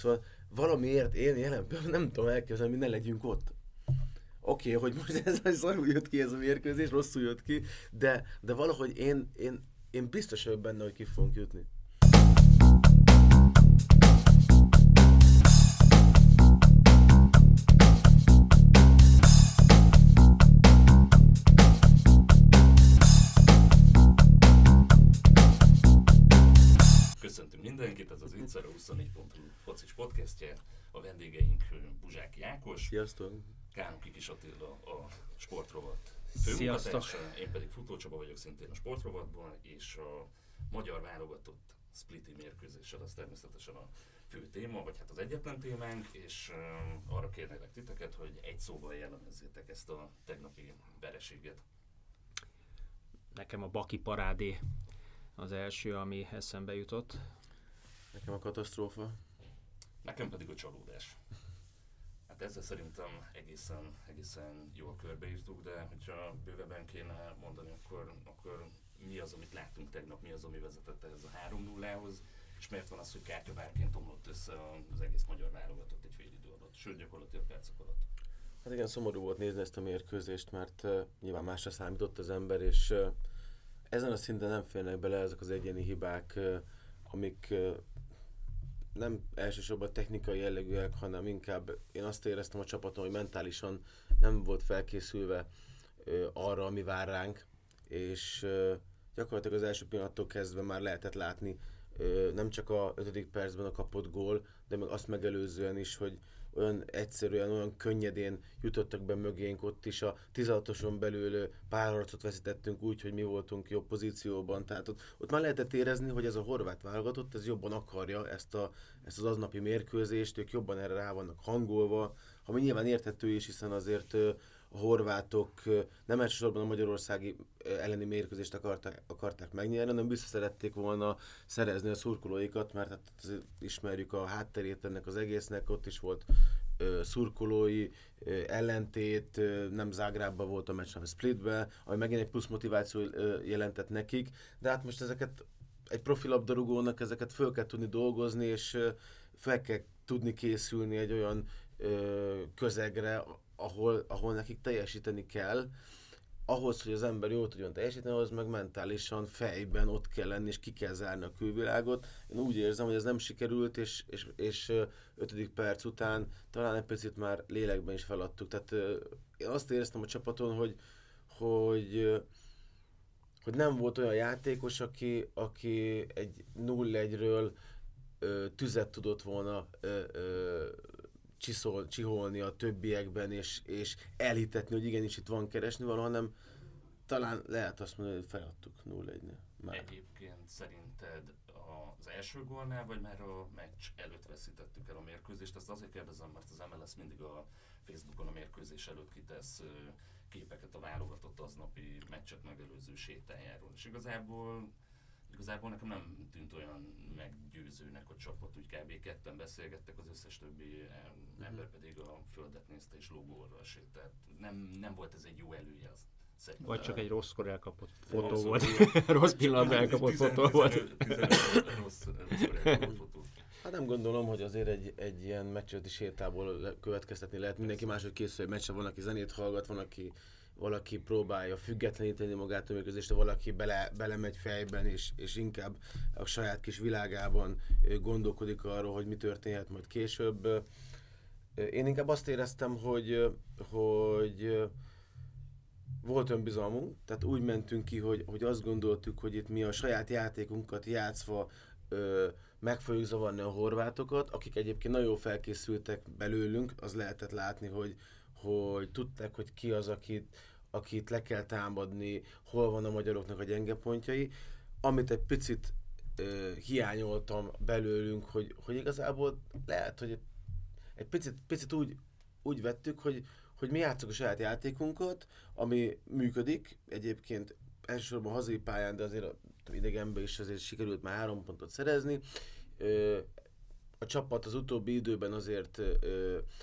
Szóval valamiért én jelen pillanatban nem tudom elképzelni, hogy ne legyünk ott. Oké, hogy most ez szarul jött ki ez a mérkőzés, rosszul jött ki, de valahogy én biztos vagyok benne, hogy ki fogunk jutni. Köszöntünk mindenkit, ez az Ittszer a 24.hu focis podcastje. A vendégeink Buzsáki Ákos, Sziasztok! Kánok Kis Attila, a sportrovat főmunkatársa, én pedig Futó Csaba vagyok szintén a sportrovatból, és a magyar válogatott spliti mérkőzéssel az természetesen a fő téma, vagy hát az egyetlen témánk, és arra kérnélek titeket, hogy egy szóval jellemezzétek ezt a tegnapi vereséget. Nekem a Baki parádé az első, ami eszembe jutott. Nekem a katasztrófa. Nekem pedig a csalódás. Hát ezzel szerintem egészen jól körbeírtuk, de hogyha bővebben kéne mondani, akkor mi az, amit láttunk tegnap, mi az, ami vezetett ehhez a 3-0-hoz, és miért van az, hogy kártyavárként omlott össze az egész magyar válogatott egy fél idő alatt, sőt gyakorlatilag percek alatt. Hát igen, szomorú volt nézni ezt a mérkőzést, mert nyilván másra számított az ember, és ezen a szinten nem férnek bele ezek az egyéni hibák, amik nem elsősorban technikai jellegűek, hanem inkább én azt éreztem a csapaton, hogy mentálisan nem volt felkészülve arra, ami vár ránk, és gyakorlatilag az első pillanattól kezdve már lehetett látni nem csak a 5. percben a kapott gól, de meg azt megelőzően is, hogy olyan egyszerűen, olyan könnyedén jutottak be mögénk, ott is a 16-oson belül pár harcot veszítettünk úgy, hogy mi voltunk jobb pozícióban, tehát ott már lehetett érezni, hogy ez a horvát válogatott, ez jobban akarja ezt az aznapi mérkőzést, ők jobban erre rá vannak hangolva, ami nyilván érthető is, hiszen azért a horvátok nem elsősorban a magyarországi elleni mérkőzést akarták megnyerni, hanem vissza szerették volna szerezni a szurkolóikat, mert hát ismerjük a hátterét ennek az egésznek, ott is volt szurkolói ellentét, nem Zágrábban volt a meccs, hanem Splitben, ami megint egy plusz motiváció jelentett nekik, de hát most ezeket egy profi labdarúgónak ezeket föl kell tudni dolgozni, és fel kell tudni készülni egy olyan közegre, ahol nekik teljesíteni kell. Ahhoz, hogy az ember jól tudjon teljesíteni, ahhoz meg mentálisan, fejben ott kell lenni, és ki kell zárni a külvilágot. Én úgy érzem, hogy ez nem sikerült, és 5. perc után talán egy picit már lélekben is feladtuk. Tehát én azt éreztem a csapaton, hogy nem volt olyan játékos, aki egy 0-1-ről tüzet tudott volna csiholni a többiekben, és elhitetni, hogy igenis itt van keresnivaló, hanem talán lehet azt mondani, hogy feladtuk 0-1-nél. Egyébként szerinted az első gólnál, vagy már a meccs előtt veszítettük el a mérkőzést? Ezt azért kérdezem, mert az MLS mindig a Facebookon a mérkőzés előtt kitesz képeket a válogatott aznapi meccset megelőző sétájáról. És igazából nekem nem tűnt olyan meggyőzőnek a csapat, úgy kb. Ketten beszélgettek, az összes többi ember pedig a földet nézte és lógóra sétált. Nem volt ez egy jó előjel. Szerintem. Vagy csak egy rosszkor elkapott fotó volt. Rossz pillanatban elkapott fotó volt. Rosszkor elkapott fotó. Hát nem gondolom, hogy azért egy ilyen meccsölti sétából következtetni lehet. Mindenki máshogy készül egy meccsre, van, aki zenét hallgat, valaki próbálja függetleníteni magát a mérkőzést, valaki belemegy fejben, és inkább a saját kis világában gondolkodik arról, hogy mi történhet majd később. Én inkább azt éreztem, hogy volt önbizalmunk, tehát úgy mentünk ki, hogy azt gondoltuk, hogy itt mi a saját játékunkat játszva meg fogjuk zavarni a horvátokat, akik egyébként nagyon jól felkészültek belőlünk, az lehetett látni, hogy tudták, hogy ki az, akit le kell támadni, hol van a magyaroknak a gyenge pontjai. Amit egy picit hiányoltam belőlünk, hogy igazából lehet, hogy egy picit úgy vettük, hogy mi játszunk a saját játékunkat, ami működik, egyébként elsősorban hazai pályán, de azért idegenben is azért sikerült már 3 pontot szerezni. A csapat az utóbbi időben azért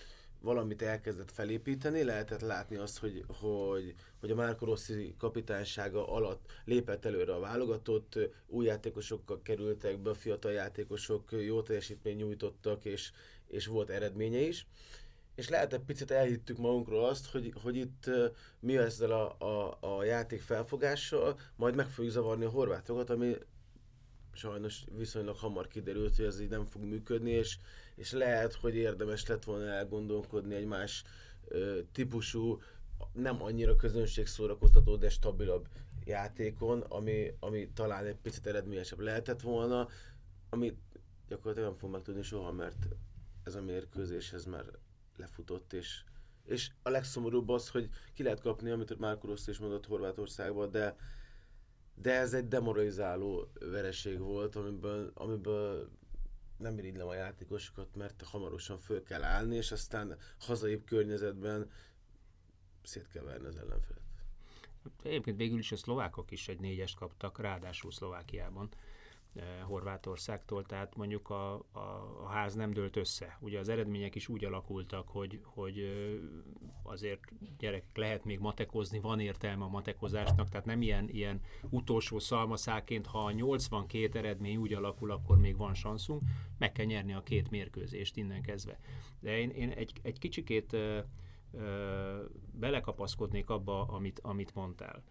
valamit elkezdett felépíteni, lehetett látni azt, hogy a Marco Rossi kapitánysága alatt lépett előre a válogatott, új játékosokkal kerültek be, a fiatal játékosok jó teljesítményt nyújtottak, és volt eredménye is. És lehet egy picit elhittük magunkról azt, hogy itt mi ezzel a játék felfogással, majd meg fogjuk zavarni a horvátokat, ami sajnos viszonylag hamar kiderült, hogy ez így nem fog működni, és lehet, hogy érdemes lett volna elgondolkodni egy más típusú, nem annyira közönségszórakoztató, de stabilabb játékon, ami talán egy picit eredményesebb lehetett volna, amit gyakorlatilag nem fog megtudni soha, mert ez a mérkőzés, ez már lefutott, és a legszomorúbb az, hogy ki lehet kapni, amit Marco Rossi is mondott Horvátországban, de ez egy demoralizáló vereség volt, amiből nem irigylem a játékosokat, mert hamarosan föl kell állni, és aztán hazai környezetben szét kell verni az ellenfelet. Egyébként végül is a szlovákok is egy 4-est kaptak, ráadásul Szlovákiában, Horvátországtól, tehát mondjuk a ház nem dőlt össze. Ugye az eredmények is úgy alakultak, hogy azért gyerekek lehet még matekozni, van értelme a matekozásnak, tehát nem ilyen utolsó szalmaszáként, ha a 82 eredmény úgy alakul, akkor még van szanszunk, meg kell nyerni a 2 mérkőzést innen kezdve. De én egy kicsikét belekapaszkodnék abba, amit mondtál.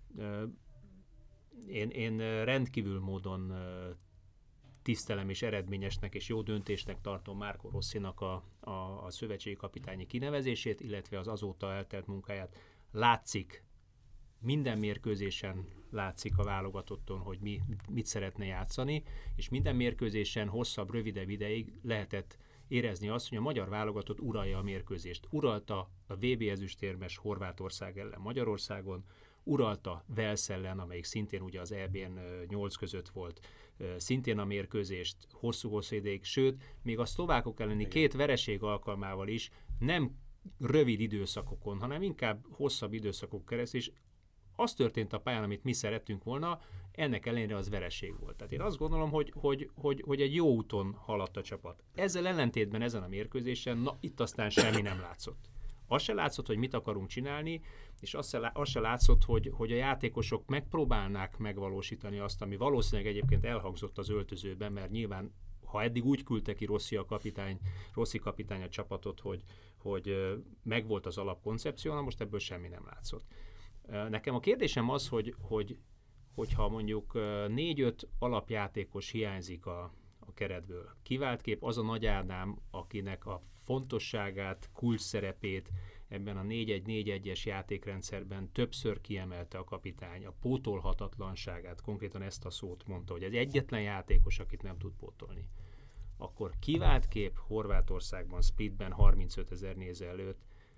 Én rendkívül módon tisztelem és eredményesnek és jó döntésnek tartom Marco Rossinak a szövetségi kapitányi kinevezését, illetve az azóta eltelt munkáját. Látszik, minden mérkőzésen látszik a válogatotton, hogy mit szeretne játszani, és minden mérkőzésen hosszabb, rövidebb ideig lehetett érezni azt, hogy a magyar válogatott uralja a mérkőzést. Uralta a VB ezüstérmes Horvátország ellen Magyarországon, uralta Wales ellen, amelyik szintén ugye az EB-n 8 között volt, szintén a mérkőzést hosszú-hosszú ideig, sőt, még a szlovákok elleni 2 vereség alkalmával is nem rövid időszakokon, hanem inkább hosszabb időszakok keresztül, és az történt a pályán, amit mi szerettünk volna, ennek ellenére az vereség volt. Tehát én azt gondolom, hogy egy jó úton haladt a csapat. Ezzel ellentétben ezen a mérkőzésen, itt aztán semmi nem látszott. Az se látszott, hogy mit akarunk csinálni, és az se látszott, hogy a játékosok megpróbálnák megvalósítani azt, ami valószínűleg egyébként elhangzott az öltözőben, mert nyilván, ha eddig úgy küldte ki Rossi kapitány a csapatot, hogy megvolt az alapkoncepció, most ebből semmi nem látszott. Nekem a kérdésem az, hogyha mondjuk 4-5 alapjátékos hiányzik a keretből. Kivált kép az a Nagy Ádám, akinek a fontosságát, kulcs szerepét ebben a 4-1-4-1-es játékrendszerben többször kiemelte a kapitány, a pótolhatatlanságát, konkrétan ezt a szót mondta, hogy ez egyetlen játékos, akit nem tud pótolni. Akkor kivált kép Horvátországban, Splitben 35 000 néző előtt.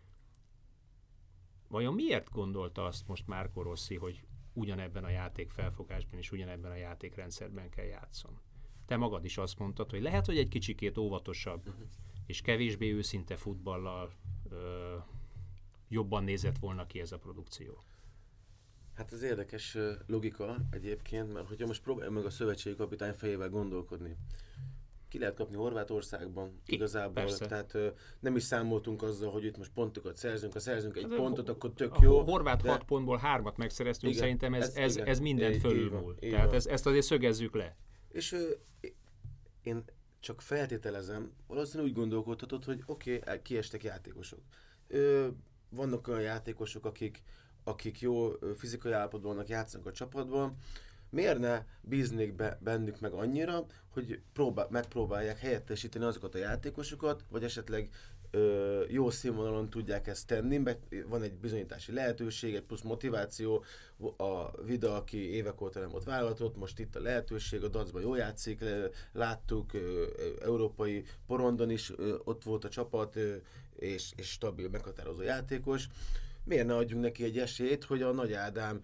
Vajon miért gondolta azt most Marco Rossi, hogy ugyanebben a játékfelfogásban és ugyanebben a játékrendszerben kell játszon? Te magad is azt mondtad, hogy lehet, hogy egy kicsikét óvatosabb és kevésbé őszinte futballal jobban nézett volna ki ez a produkció. Hát ez érdekes logika egyébként, mert hogyha most próbálj meg a szövetségi kapitány fejével gondolkodni. Ki lehet kapni Horvátországban igazából, persze. Tehát nem is számoltunk azzal, hogy itt most pontokat szerzünk, ha szerzünk egy pontot, akkor tök jó. A horvát 6 pontból 3-at megszereztünk, igen, szerintem ez mindent fölülmúl. Tehát ezt azért szögezzük le. És én csak feltételezem, valószínűleg úgy gondolkodhatod, hogy oké, kiestek játékosok. Vannak olyan játékosok, akik jó fizikai állapotban vannak, játszanak a csapatban. Miért ne bíznék bennük meg annyira, hogy megpróbálják helyettesíteni azokat a játékosokat, vagy esetleg jó színvonalon tudják ezt tenni, van egy bizonyítási lehetőség, egy plusz motiváció, a Vida, aki évek óta nem volt válogatott, most itt a lehetőség, a Dacban jól játszik, láttuk, európai porondon is ott volt a csapat, és stabil, meghatározó játékos. Miért ne adjunk neki egy esélyt, hogy a Nagy Ádám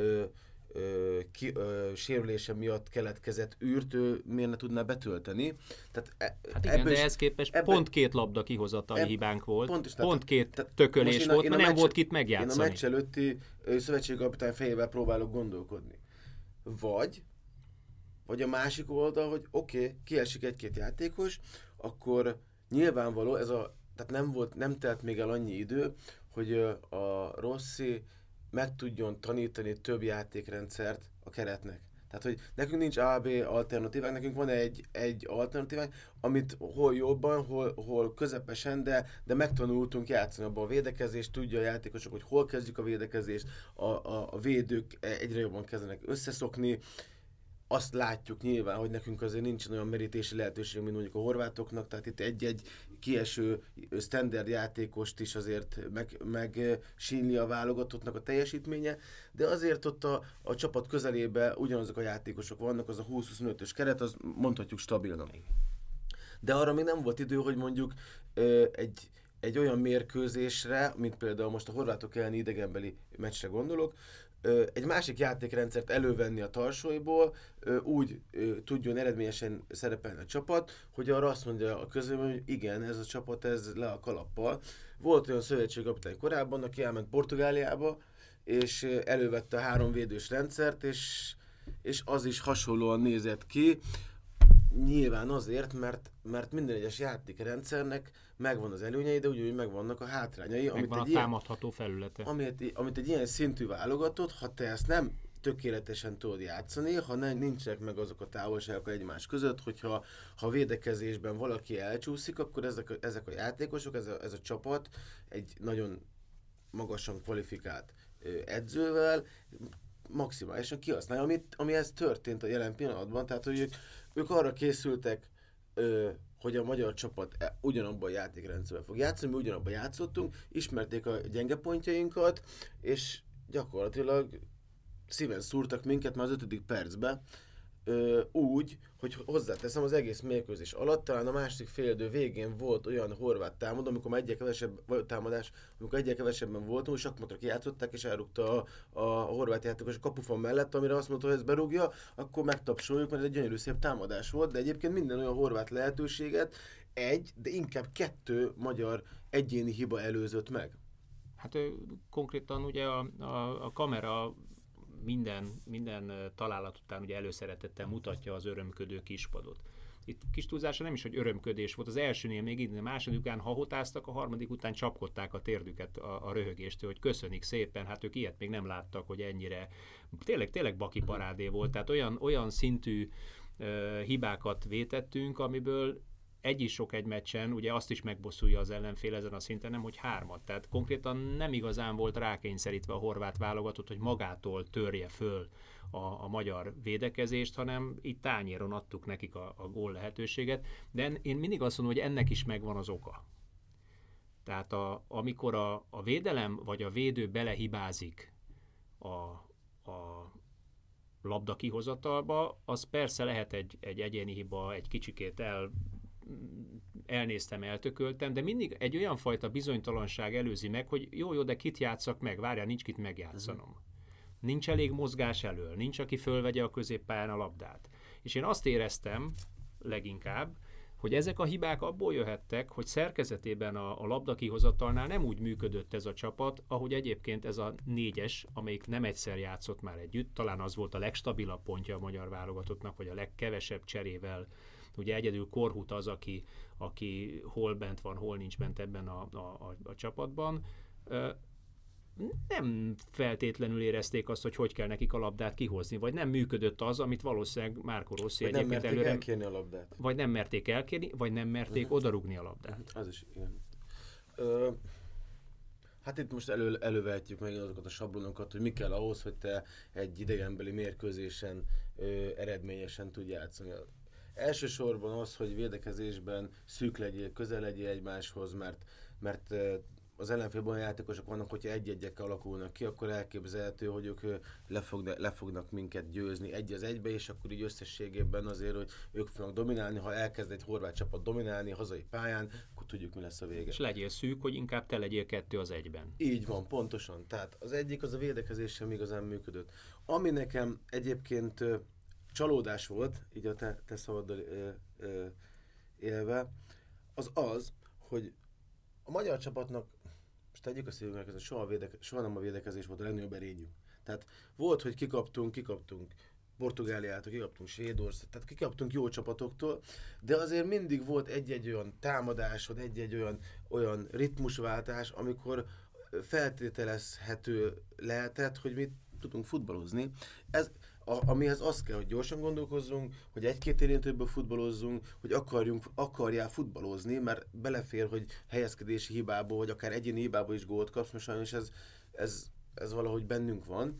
sérülése miatt keletkezett űrt miért ne tudná betölteni. Tehát hát igen, de ehhez képest pont 2 labda kihozatali hibánk volt, pont 2 tökölés volt, mert nem volt kit megjátszani. Én a meccs előtti szövetségi kapitány fejével próbálok gondolkodni. Vagy a másik oldal, hogy oké, kiesik 1-2 játékos, akkor nyilvánvaló, tehát nem telt még el annyi idő, hogy a Rossi meg tudjon tanítani több játékrendszert a keretnek. Tehát, hogy nekünk nincs A, B alternatívánk, nekünk van egy alternatívánk, amit hol jobban, hol közepesen, de megtanultunk játszani abban a védekezést, tudja a játékosok, hogy hol kezdjük a védekezést, a védők egyre jobban kezdenek összeszokni. Azt látjuk nyilván, hogy nekünk azért nincsen olyan merítési lehetőség, mint mondjuk a horvátoknak, tehát itt egy-egy kieső standard játékost is azért meg sínli a válogatottnak a teljesítménye, de azért ott a csapat közelébe ugyanazok a játékosok vannak, az a 20-25-ös keret, az mondhatjuk stabilnak. De arra még nem volt idő, hogy mondjuk egy olyan mérkőzésre, mint például most a horvátok elleni idegenbeli meccsre gondolok, egy másik játékrendszert elővenni a tarsóiból, úgy tudjon eredményesen szerepelni a csapat, hogy arra azt mondja a közöm, hogy igen, ez a csapat ez le a kalappal. Volt olyan szövetségkapitány korábban, aki elment Portugáliába, és elővette a 3 védős rendszert, és az is hasonlóan nézett ki. Nyilván azért, mert minden egyes játékrendszernek megvan az előnyei, de ugyanúgy megvannak a hátrányai. Megvan a támadható felülete. Amit egy ilyen szintű válogatott, ha te ezt nem tökéletesen tudod játszani, ha nincsenek meg azok a távolságok egymás között, hogyha védekezésben valaki elcsúszik, akkor ezek a játékosok, ez a csapat egy nagyon magasan kvalifikált edzővel maximálisan kihasználja, ami ez történt a jelen pillanatban, tehát hogy ők arra készültek, hogy a magyar csapat ugyanabban a játékrendszerben fog játszani, mi ugyanabban játszottunk, ismerték a gyenge pontjainkat, és gyakorlatilag szíven szúrtak minket már az 5. percben, úgy, hogy hozzáteszem, az egész mérkőzés alatt, talán a második félidő végén volt olyan horvát támadó, amikor egyre kevesebben voltunk, és Sakmatra kijátszották, és elrúgta a horvát játékos a kapufon mellett, amire azt mondta, hogy ezt berúgja, akkor megtapsoljuk, mert ez egy gyönyörű szép támadás volt, de egyébként minden olyan horvát lehetőséget de inkább 2 magyar egyéni hiba előzött meg. Hát konkrétan ugye a kamera minden találat után ugye előszeretettel mutatja az örömködő kispadot. Itt kis túlzása nem is, hogy örömködés volt, az elsőnél még így, a második után hahotáztak, a harmadik után csapkodták a térdüket a röhögéstől, hogy köszönik szépen, hát ők ilyet még nem láttak, hogy ennyire, tényleg baki parádé volt, tehát olyan szintű hibákat vétettünk, amiből egy is sok egy meccsen, ugye azt is megbosszulja az ellenfél ezen a szinten, nem hogy 3. Tehát konkrétan nem igazán volt rákényszerítve a horvát válogatott, hogy magától törje föl a magyar védekezést, hanem itt tányéron adtuk nekik a gól lehetőséget. De én mindig azt mondom, hogy ennek is megvan az oka. Tehát amikor a védelem vagy a védő belehibázik a labda kihozatalba, az persze lehet egy egyéni hiba, egy kicsikét elnéztem, eltököltem, de mindig egy olyan fajta bizonytalanság előzi meg, hogy jó, de kit játsszak meg, várjál, nincs kit megjátszanom. Nincs elég mozgás elől, nincs, aki fölvegye a középpályán a labdát. És én azt éreztem leginkább, hogy ezek a hibák abból jöhettek, hogy szerkezetében a labda kihozatalnál nem úgy működött ez a csapat, ahogy egyébként ez a 4-es, amelyik nem egyszer játszott már együtt, talán az volt a legstabilabb pontja a magyar válogatottnak, vagy a legkevesebb cserével. Ugye egyedül Korhut az, aki hol bent van, hol nincs bent ebben a csapatban. Nem feltétlenül érezték azt, hogy kell nekik a labdát kihozni, vagy nem működött az, amit valószínűleg Marco Rossi egyébként nem merték elkérni a labdát. Vagy nem merték elkérni, vagy nem merték odarugni a labdát. Az is igen. Hát itt most elővehetjük meg azokat a sablonokat, hogy mi kell ahhoz, hogy te egy idegenbeli mérkőzésen eredményesen tudj játszani. Elsősorban az, hogy védekezésben szűk legyél, közel legyél egymáshoz, mert az ellenfélben olyan játékosok vannak, hogyha egy-egyekkel alakulnak ki, akkor elképzelhető, hogy ők le fognak minket győzni 1-1-be, és akkor így összességében azért, hogy ők fognak dominálni, ha elkezd egy horvát csapat dominálni hazai pályán, akkor tudjuk, mi lesz a vége. És legyél szűk, hogy inkább te legyél 2-1-ben. Így van, pontosan. Tehát az egyik, az a védekezés sem igazán működött. Ami nekem egyébként csalódás volt, így a te szavaddal élve, az, hogy a magyar csapatnak, most tegyük a szívünknek, ez soha nem a védekezés volt a legnagyobb erényünk. Tehát volt, hogy kikaptunk Portugáliától, kikaptunk Svédország, tehát kikaptunk jó csapatoktól, de azért mindig volt egy-egy olyan támadásod, egy-egy olyan ritmusváltás, amikor feltételezhető lehetett, hogy mi tudunk futballozni. Amihez az kell, hogy gyorsan gondolkozzunk, hogy egy-két érintőből futballozzunk, hogy akarjál futballozni, mert belefér, hogy helyezkedési hibából, vagy akár egyéni hibából is gólt kapsz, most sajnos ez valahogy bennünk van,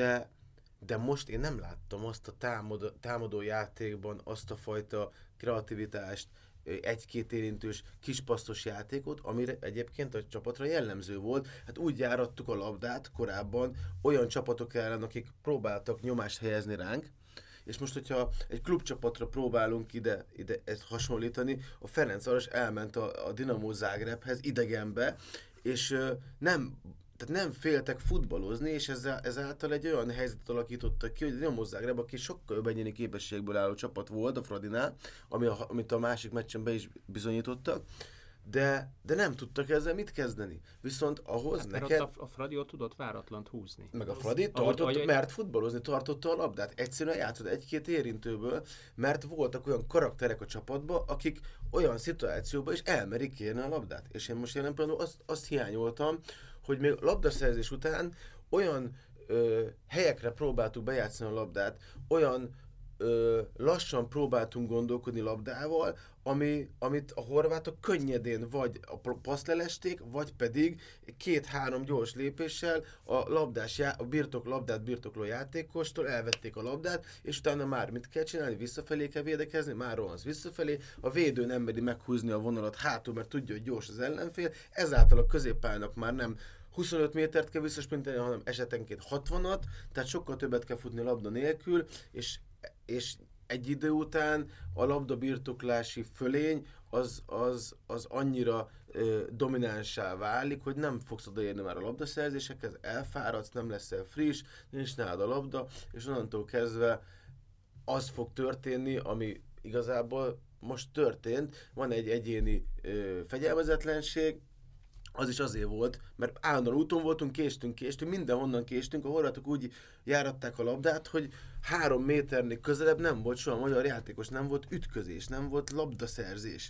de most én nem láttam azt a támadó játékban azt a fajta kreativitást, egy-két érintős, kispasztos játékot, amire egyébként a csapatra jellemző volt. Hát úgy járattuk a labdát korábban olyan csapatok ellen, akik próbáltak nyomást helyezni ránk, és most, hogyha egy klubcsapatra próbálunk ide ezt hasonlítani, a Ferencváros elment a Dinamo Zágrebhez idegenbe, és nem féltek futballozni, és ezáltal egy olyan helyzetet alakítottak ki, hogy a Dinamo Zágreb, aki sokkal jobb egyéni képességből álló csapat volt a Fradinál, amit a másik meccsen be is bizonyítottak, de nem tudtak ezzel mit kezdeni. Viszont ahhoz neked... A Fradi ott tudott váratlant húzni. Meg a Fradi mert futballozni tartotta a labdát. Egyszerűen játszott egy-két érintőből, mert voltak olyan karakterek a csapatban, akik olyan szituációban is elmerik kérni a labdát. És én most jelen pillanatban azt hiányoltam, hogy még labdaszerzés után olyan helyekre próbáltuk bejátszani a labdát, olyan lassan próbáltunk gondolkodni labdával, amit a horvátok könnyedén vagy a passzlelesték, vagy pedig 2-3 gyors lépéssel a labdát birtokló játékostól elvették a labdát, és utána már mit kell csinálni? Visszafelé kell védekezni, már rohansz visszafelé, a védő nem meri meghúzni a vonalat hátul, mert tudja, hogy gyors az ellenfél, ezáltal a középpályának már nem 25 métert kell visszasprintelni, hanem esetenként 60-at, tehát sokkal többet kell futni labda nélkül, és egy idő után a labdabirtoklási fölény az annyira dominánssá válik, hogy nem fogsz odaérni már a labdaszerzésekhez, elfáradsz, nem leszel friss, nincs nálad a labda, és onnantól kezdve az fog történni, ami igazából most történt, van egy egyéni fegyelmezetlenség, az is azért volt, mert állandóan úton voltunk, késtünk, mindenhonnan késtünk, a horvátok úgy járatták a labdát, hogy 3 méternél közelebb nem volt soha magyar játékos, nem volt ütközés, nem volt labdaszerzés.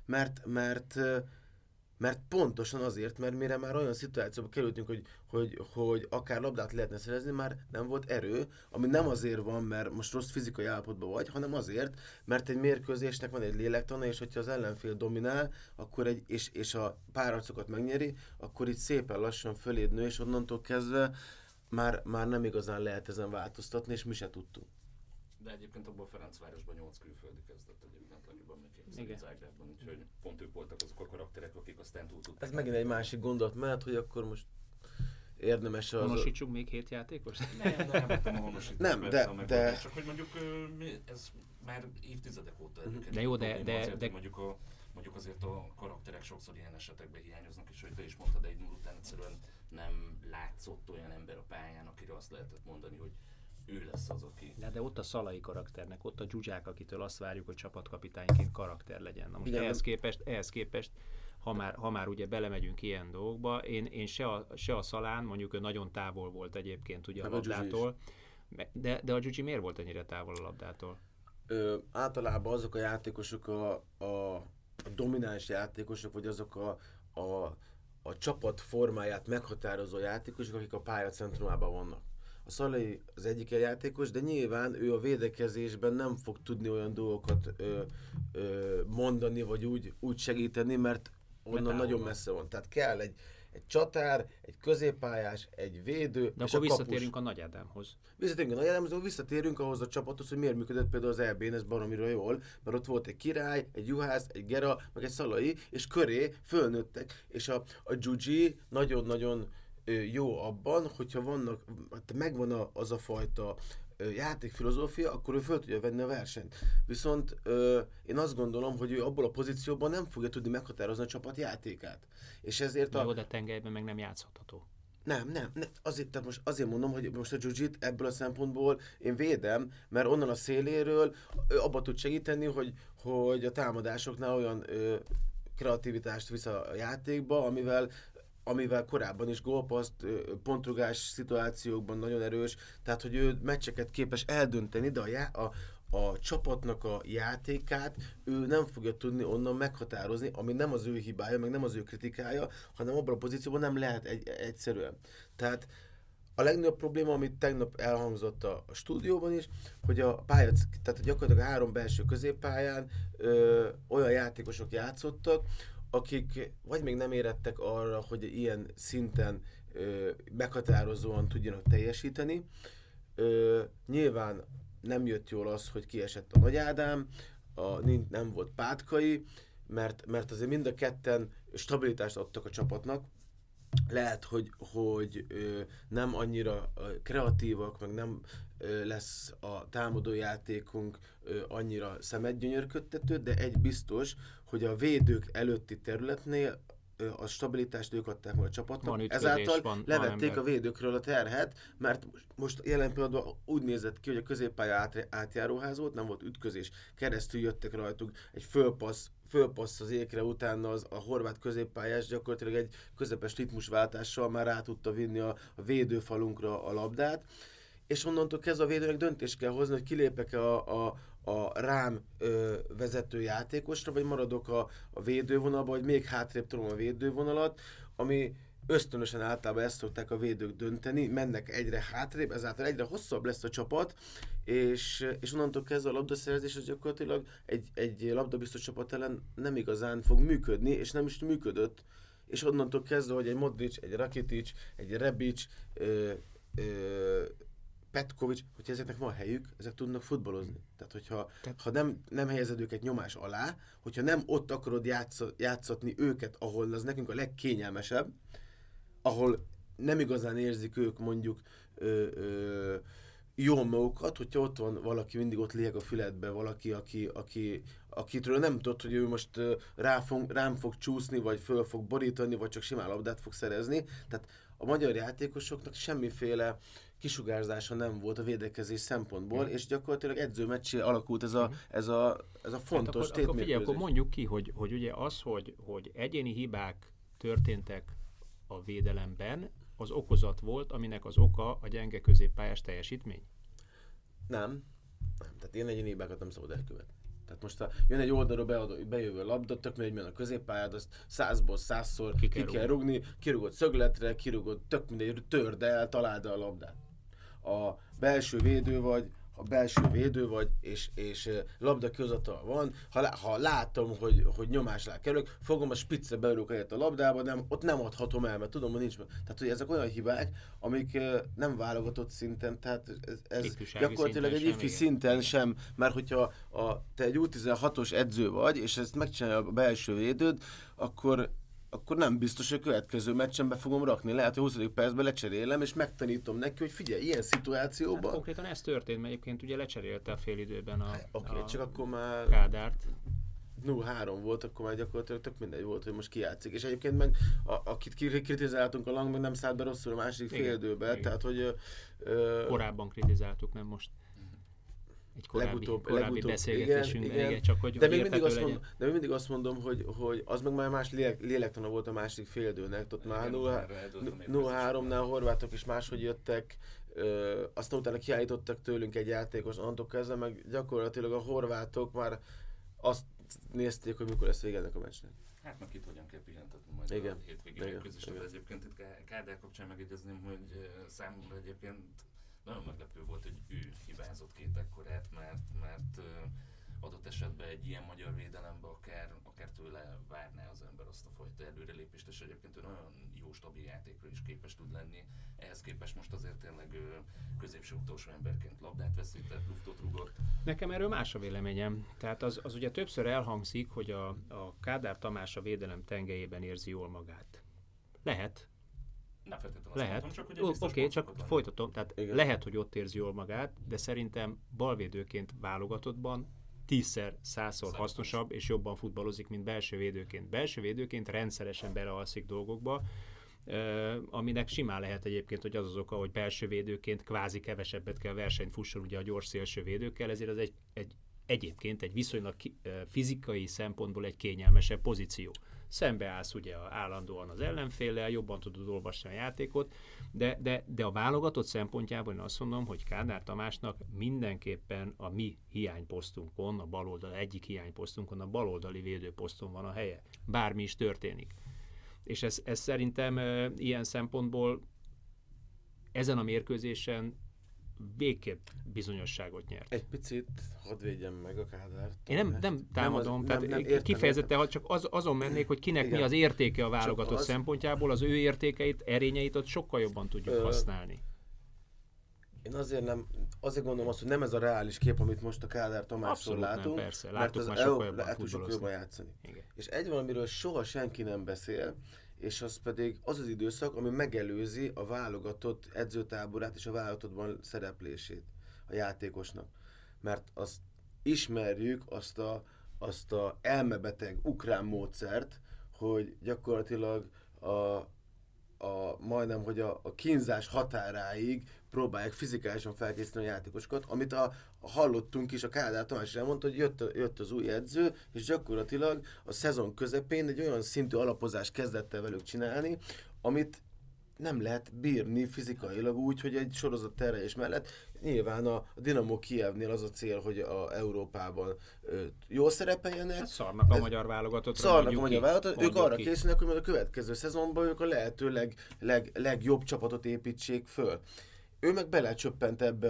Mert pontosan azért, mert mire már olyan szituációba kerültünk, hogy akár labdát lehetne szerezni, már nem volt erő, ami nem azért van, mert most rossz fizikai állapotban vagy, hanem azért, mert egy mérkőzésnek van egy lélektana, és hogyha az ellenfél dominál, akkor és a párharcokat megnyeri, akkor itt szépen lassan föléd nő, és onnantól kezdve már nem igazán lehet ezen változtatni, és mi se tudtunk. De egyébként abban a Ferencvárosban 8 külföldi kezdett egyébként legjobban, mint képzelni Zágrában, úgyhogy pont ők voltak azok a karakterek, akik aztán túl tudták. Ez megint egy másik gondolat mellett, hogy akkor most érdemes az... Honosítsuk még 7 játékos? Nem honosítsuk. De... Csak hogy mondjuk ez már évtizedek óta előkerül. De jó, de... Mondjuk azért a karakterek sokszor ilyen esetekben hiányoznak, és hogy te is mondtad, 1-0 után egyszerűen nem látszott olyan ember a pályán, akire azt lehetett mondani, hogy ő lesz az, aki... De ott a Szalai karakternek, ott a Zsuzsák, akitől azt várjuk, hogy csapatkapitányként karakter legyen. Na most ehhez képest ha már ugye belemegyünk ilyen dolgokba, én se a Szalán, mondjuk ő nagyon távol volt egyébként ugye a labdától, de a Zsuzsi miért volt ennyire távol a labdától? Általában azok a játékosok, a domináns játékosok, vagy azok a csapat formáját meghatározó játékosok, akik a pálya centrumában vannak. A Szalai az egyik játékos, de nyilván ő a védekezésben nem fog tudni olyan dolgokat mondani, vagy úgy segíteni, mert onnan nagyon messze van. Tehát kell egy csatár, egy középpályás, egy védő, de és akkor visszatérünk a Nagy Ádámhoz. Visszatérünk ahhoz a csapathoz, hogy miért működött például az EB-n, ez baromira jól, mert ott volt egy Király, egy Juhász, egy Gera, meg egy Szalai, és köré fölnőttek, és a Gyugyi nagyon-nagyon jó abban, hogyha megvan az a fajta játékfilozófia, akkor ő föl tudja venni a versenyt. Viszont én azt gondolom, hogy ő abból a pozícióban nem fogja tudni meghatározni a csapat játékát. És ezért jó, de tengelyben meg nem játszhatható. Nem. Azért mondom, hogy most a Gyugyit ebből a szempontból én védem, mert onnan a széléről abba tud segíteni, hogy a támadásoknál olyan kreativitást visz a játékba, amivel amivel korábban is gólpaszt, pontrugás szituációkban nagyon erős, tehát hogy ő meccseket képes eldönteni, de a csapatnak a játékát ő nem fogja tudni onnan meghatározni, ami nem az ő hibája, meg nem az ő kritikája, hanem abban a pozícióban nem lehet egyszerűen. Tehát a legnagyobb probléma, amit tegnap elhangzott a stúdióban is, hogy a pálya, tehát gyakorlatilag a 3 belső középpályán olyan játékosok játszottak, akik vagy még nem érettek arra, hogy ilyen szinten meghatározóan tudjanak teljesíteni. Nyilván nem jött jól az, hogy kiesett a Nagy Ádám, nem volt Pátkai, mert azért mind a ketten stabilitást adtak a csapatnak. Lehet, hogy nem annyira kreatívak, meg nem lesz a támadójátékunk annyira szemedgyönyörködtető, de egy biztos, hogy a védők előtti területnél a stabilitást ők adták meg a csapatnak, ezáltal levették a védőkről a terhet, mert most jelen pillanatban úgy nézett ki, hogy a középpálya átjáróház volt, nem volt ütközés, keresztül jöttek rajtuk, egy fölpassz az ékre, utána a horvát középpályás gyakorlatilag egy közepes ritmusváltással már rá tudta vinni a védőfalunkra a labdát, és onnantól kezdve a védőnek döntést kell hozni, hogy kilépek-e a rám vezető játékosra, vagy maradok a védővonalba, vagy még hátrébb tolom a védővonalat, ami ösztönösen általában ezt szokták a védők dönteni, mennek egyre hátrébb, ezáltal egyre hosszabb lesz a csapat, és onnantól kezdve a labdaszerzés az gyakorlatilag egy labdabiztos csapat ellen nem igazán fog működni, és nem is működött, és onnantól kezdve, hogy egy Modric, egy Rakitic, egy Rebic, Petkovic, hogyha ezeknek van helyük, ezek tudnak futballozni. Tehát, hogyha nem helyezed őket nyomás alá, hogyha nem ott akarod játszatni őket, ahol az nekünk a legkényelmesebb, ahol nem igazán érzik ők mondjuk jól magukat, hogyha ott van valaki, mindig ott lieg a füledbe, valaki, akitől nem tudod, hogy ő most rám fog csúszni, vagy föl fog borítani, vagy csak simán labdát fog szerezni. Tehát a magyar játékosoknak semmiféle kisugárzása nem volt a védekezés szempontból, és gyakorlatilag edzőmeccsé alakult ez a fontos tétmérkőzés. Akkor figyelj, akkor mondjuk ki, hogy ugye az, hogy egyéni hibák történtek a védelemben, az okozat volt, aminek az oka a gyenge középpályás teljesítmény? Nem. Tehát én egyéni hibákat nem szabad elkövetni. Tehát most ha jön egy oldalról bejövő labda, tök mindegy, milyen a középpályád, azt 100-ból 100-szor ki kell rugni, kirugod szögletre, kirugod, tök mindegy, törd el, találd a labdát. A belső védő vagy, és labda kihozatal van, ha látom, hogy nyomás alá kerülök, fogom a spicce beülök helyett a labdába, ott nem adhatom el, mert tudom, hogy nincs. Tehát, hogy ezek olyan hibák, amik nem válogatott szinten, tehát ez gyakorlatilag egy ifi szinten sem, mert hogyha te egy U16-os edző vagy, és ezt megcsinálja a belső védőd, akkor nem biztos, hogy a következő meccsen be fogom rakni. Lehet, hogy 20. percben lecserélem, és megtanítom neki, hogy figyelj, ilyen szituációban... Hát konkrétan ez történt, mert egyébként ugye lecserélte a félidőben csak akkor már Kádárt. 0-3 volt, akkor már gyakorlatilag tök mindegy volt, hogy most kijátszik. És egyébként meg, akit kritizáltunk, a Lang meg nem szállt be rosszul a második félidőbe, tehát hogy... Korábban kritizáltuk, nem most. Egy korábbi beszélgetésünkben, igen, csak hogy de még mindig azt mondom, hogy az meg már más lélektana volt a másik féldőnek, ott már 0-3-nál a horvátok is máshogy jöttek, aztán utána kiállítottak tőlünk egy játékos, onnantól kezdve meg gyakorlatilag a horvátok már azt nézték, hogy mikor lesz vége ennek a meccsnek. Hát meg itt hogyan kell pihentetni majd a hétvégi mérkőzésre. Egyébként itt Kádár kapcsán megjegyezném, hogy számomra egyébként nagyon meglepő volt, hogy ő hibázott 2 ekkorát, mert adott esetben egy ilyen magyar védelemben akár tőle várná az ember azt a fajta előrelépést, és egyébként ő nagyon jó, stabil játékra is képes tud lenni. Ehhez képest most azért tényleg középső utolsó emberként labdát veszített, luftot rugott. Nekem erről más a véleményem. Tehát az ugye többször elhangzik, hogy a Kádár Tamás a védelem tengelyében érzi jól magát. Lehet. Lehet. Oké, csak folytatom. Tehát lehet, hogy ott érzi jól magát, de szerintem balvédőként válogatottban 10-szer, 100-szor hasznosabb és jobban futballozik, mint belső védőként. Belső védőként rendszeresen belealszik dolgokba, aminek simán lehet egyébként, hogy az oka, hogy belső védőként kvázi kevesebbet kell versenyt fusson ugye a gyors szélső védőkkel, ezért az egyébként egy viszonylag fizikai szempontból egy kényelmesebb pozíció. szembeállsz ugye állandóan az ellenféllel, jobban tudod olvasni a játékot, de a válogatott szempontjából én azt mondom, hogy Kádár Tamásnak mindenképpen a mi hiányposztunkon, a baloldal egyik hiányposztunkon, a baloldali védőposzton van a helye. Bármi is történik. És ez szerintem ilyen szempontból ezen a mérkőzésen végképp bizonyosságot nyert. Egy picit hadd védjem meg a Kádár Tamást. Én nem támadom, tehát kifejezetten csak azon mennék, hogy kinek mi az értéke a válogatott szempontjából, az ő értékeit, erényeit ott sokkal jobban tudjuk használni. Én azért gondolom azt, hogy nem ez a reális kép, amit most a Kádár Tamásról látunk, persze. Láttuk már sokkal jobban játszani. Igen. És egy valamiről soha senki nem beszél, és az pedig az az időszak, ami megelőzi a válogatott edzőtáborát és a válogatottban szereplését a játékosnak. Mert azt ismerjük, azt a elmebeteg ukrán módszert, hogy gyakorlatilag majdnem, hogy a kínzás határáig próbálják fizikálisan felkészíteni a játékosokat, amit hallottunk is, a Kádár Tamás is elmondta, hogy jött az új edző, és gyakorlatilag a szezon közepén egy olyan szintű alapozást kezdett el velük csinálni, amit nem lehet bírni fizikailag úgy, hogy egy sorozat terhelés mellett. Nyilván a Dinamo Kijevnél az a cél, hogy a Európában jól szerepeljenek. Hát szarnak a magyar válogatottra. Szarnak a magyar válogatott, ők arra készülnek, hogy majd a következő szezonban ők a lehető legjobb csapatot építsék föl. Ő meg belecsöppent ebbe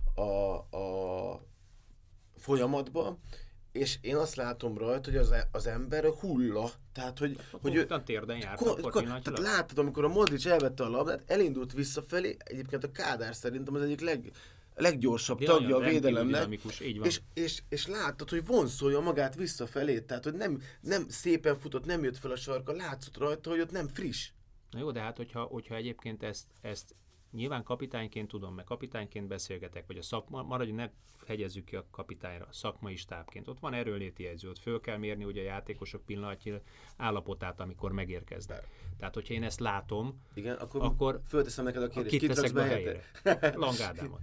a folyamatba, és én azt látom rajta, hogy az ember hulla. Tehát, hogy ő... térden járt tehát láttad, amikor a Modric elvette a labdát, elindult visszafelé, egyébként a Kádár szerintem az egyik leggyorsabb tagja a védelemnek, és láttad, hogy vonszolja magát visszafelé, tehát, hogy nem szépen futott, nem jött fel a sarka, látszott rajta, hogy ott nem friss. Na jó, de hát, hogyha egyébként ezt nyilván kapitányként tudom, meg kapitányként beszélgetek, vagy a szakma, maradjunk, ne hegyezzük ki a kapitányra, szakmai stábként. Ott van erőnléti jegyző, ott föl kell mérni ugye a játékosok pillanatnyi állapotát, amikor megérkeznek. Tehát, hogyha én ezt látom, igen, akkor fölteszem neked a kérdést, kit teszek be helyére? Lang Ádámot.